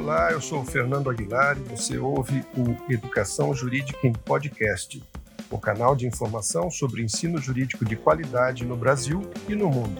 Olá, eu sou o Fernando Aguilar e você ouve o Educação Jurídica em Podcast, o canal de informação sobre ensino jurídico de qualidade no Brasil e no mundo.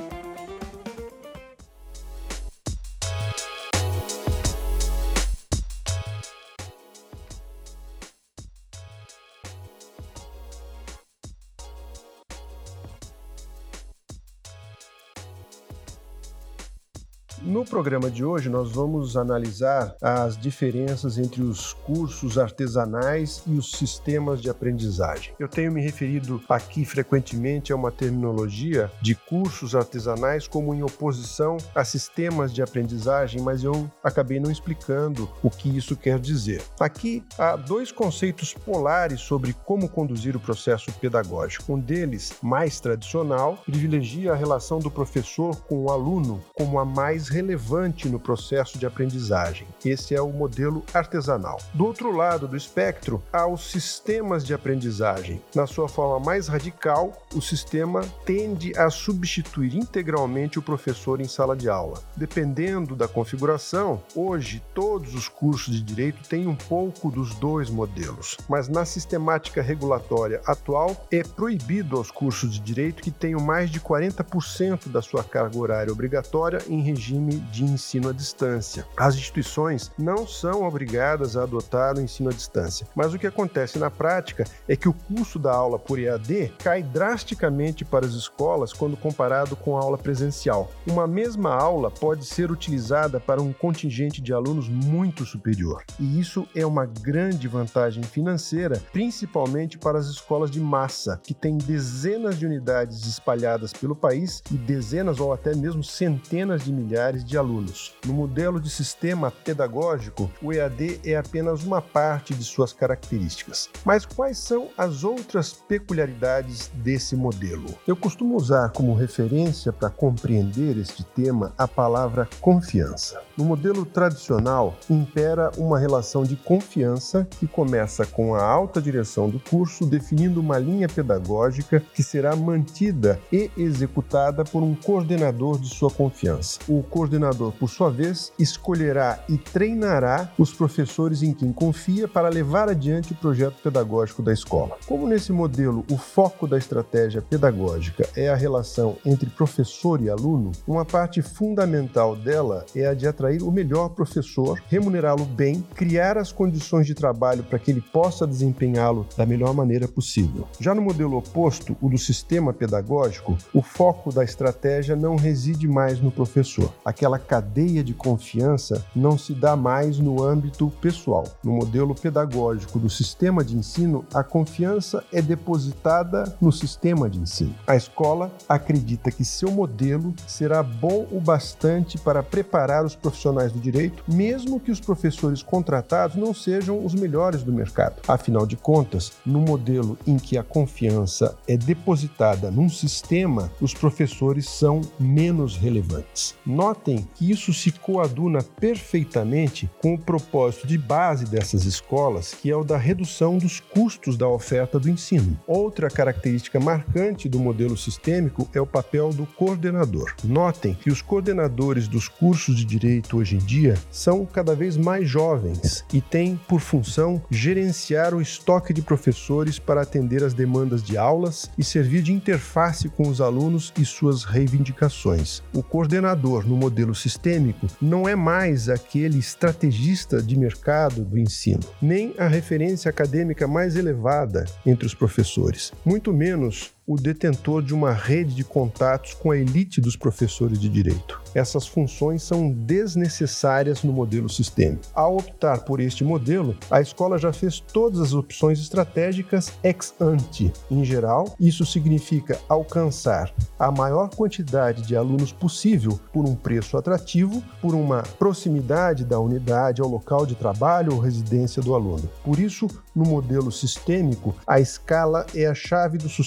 No programa de hoje, nós vamos analisar as diferenças entre os cursos artesanais e os sistemas de aprendizagem. Eu tenho me referido aqui frequentemente a uma terminologia de cursos artesanais como em oposição a sistemas de aprendizagem, mas eu acabei não explicando o que isso quer dizer. Aqui há dois conceitos polares sobre como conduzir o processo pedagógico. Um deles, mais tradicional, privilegia a relação do professor com o aluno como a mais relevante no processo de aprendizagem. Esse é o modelo artesanal. Do outro lado do espectro, há os sistemas de aprendizagem. Na sua forma mais radical, o sistema tende a substituir integralmente o professor em sala de aula. Dependendo da configuração, hoje todos os cursos de direito têm um pouco dos dois modelos, mas na sistemática regulatória atual é proibido aos cursos de direito que tenham mais de 40% da sua carga horária obrigatória em regime de ensino à distância. As instituições não são obrigadas a adotar o ensino à distância, mas o que acontece na prática é que o custo da aula por EAD cai drasticamente para as escolas quando comparado com a aula presencial. Uma mesma aula pode ser utilizada para um contingente de alunos muito superior, e isso é uma grande vantagem financeira, principalmente para as escolas de massa, que têm dezenas de unidades espalhadas pelo país e dezenas ou até mesmo centenas de milhares de alunos. No modelo de sistema pedagógico, o EAD é apenas uma parte de suas características. Mas quais são as outras peculiaridades desse modelo? Eu costumo usar como referência para compreender este tema a palavra confiança. No modelo tradicional, impera uma relação de confiança que começa com a alta direção do curso definindo uma linha pedagógica que será mantida e executada por um coordenador de sua confiança. O coordenador, por sua vez, escolherá e treinará os professores em quem confia para levar adiante o projeto pedagógico da escola. Como nesse modelo o foco da estratégia pedagógica é a relação entre professor e aluno, uma parte fundamental dela é a de atrair o melhor professor, remunerá-lo bem, criar as condições de trabalho para que ele possa desempenhá-lo da melhor maneira possível. Já no modelo oposto, o do sistema pedagógico, o foco da estratégia não reside mais no professor. Aquela cadeia de confiança não se dá mais no âmbito pessoal. No modelo pedagógico do sistema de ensino, a confiança é depositada no sistema de ensino. A escola acredita que seu modelo será bom o bastante para preparar os profissionais do direito, mesmo que os professores contratados não sejam os melhores do mercado. Afinal de contas, no modelo em que a confiança é depositada num sistema, os professores são menos relevantes. Notem que isso se coaduna perfeitamente com o propósito de base dessas escolas, que é o da redução dos custos da oferta do ensino. Outra característica marcante do modelo sistêmico é o papel do coordenador. Notem que os coordenadores dos cursos de direito hoje em dia são cada vez mais jovens e têm por função gerenciar o estoque de professores para atender às demandas de aulas e servir de interface com os alunos e suas reivindicações. O coordenador no modelo sistêmico não é mais aquele estrategista de mercado do ensino, nem a referência acadêmica mais elevada entre os professores, muito menos o detentor de uma rede de contatos com a elite dos professores de direito. Essas funções são desnecessárias no modelo sistêmico. Ao optar por este modelo, a escola já fez todas as opções estratégicas ex ante. Em geral, isso significa alcançar a maior quantidade de alunos possível por um preço atrativo, por uma proximidade da unidade ao local de trabalho ou residência do aluno. Por isso, no modelo sistêmico, a escala é a chave do sucesso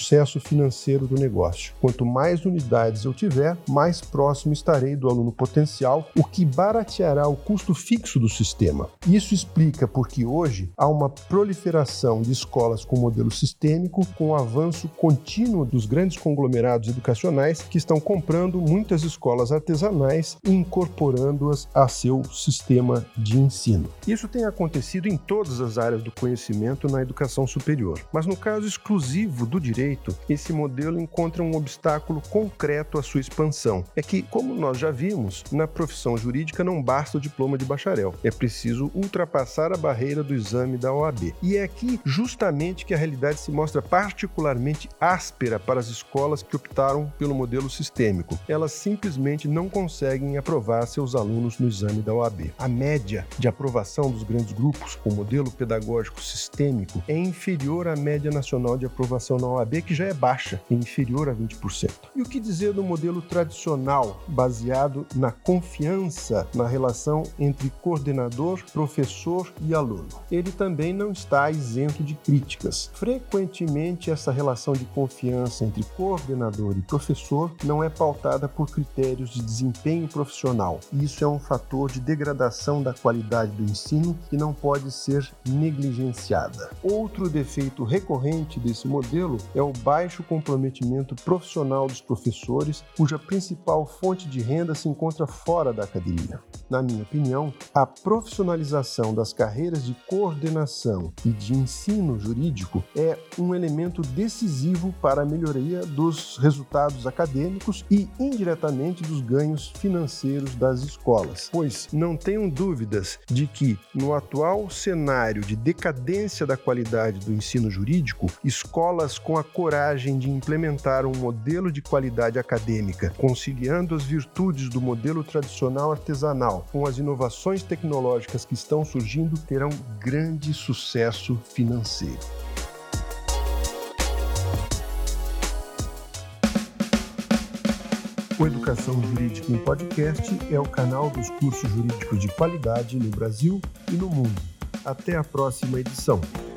financeiro do negócio. Quanto mais unidades eu tiver, mais próximo estarei do aluno potencial, o que barateará o custo fixo do sistema. Isso explica porque hoje há uma proliferação de escolas com modelo sistêmico, com o avanço contínuo dos grandes conglomerados educacionais que estão comprando muitas escolas artesanais e incorporando-as a seu sistema de ensino. Isso tem acontecido em todas as áreas do conhecimento na educação superior, mas no caso exclusivo do direito, esse modelo encontra um obstáculo concreto à sua expansão. É que, como nós já vimos, na profissão jurídica não basta o diploma de bacharel, é preciso ultrapassar a barreira do exame da OAB. E é aqui justamente que a realidade se mostra particularmente áspera para as escolas que optaram pelo modelo sistêmico. Elas simplesmente não conseguem aprovar seus alunos no exame da OAB. A média de aprovação dos grandes grupos com modelo pedagógico sistêmico é inferior à média nacional de aprovação na OAB, que já é baixa, é inferior a 20%. E o que dizer do modelo tradicional, baseado na confiança na relação entre coordenador, professor e aluno? Ele também não está isento de críticas. Frequentemente, essa relação de confiança entre coordenador e professor não é pautada por critérios de desempenho profissional. Isso é um fator de degradação da qualidade do ensino que não pode ser negligenciada. Outro defeito recorrente desse modelo é o baixo comprometimento profissional dos professores, cuja principal fonte de renda se encontra fora da academia. Na minha opinião, a profissionalização das carreiras de coordenação e de ensino jurídico é um elemento decisivo para a melhoria dos resultados acadêmicos e, indiretamente, dos ganhos financeiros das escolas. Pois não tenham dúvidas de que, no atual cenário de decadência da qualidade do ensino jurídico, escolas com a coragem de implementar um modelo de qualidade acadêmica, conciliando as virtudes do modelo tradicional artesanal com as inovações tecnológicas que estão surgindo, terão grande sucesso financeiro. O Educação Jurídica em Podcast é o canal dos cursos jurídicos de qualidade no Brasil e no mundo. Até a próxima edição.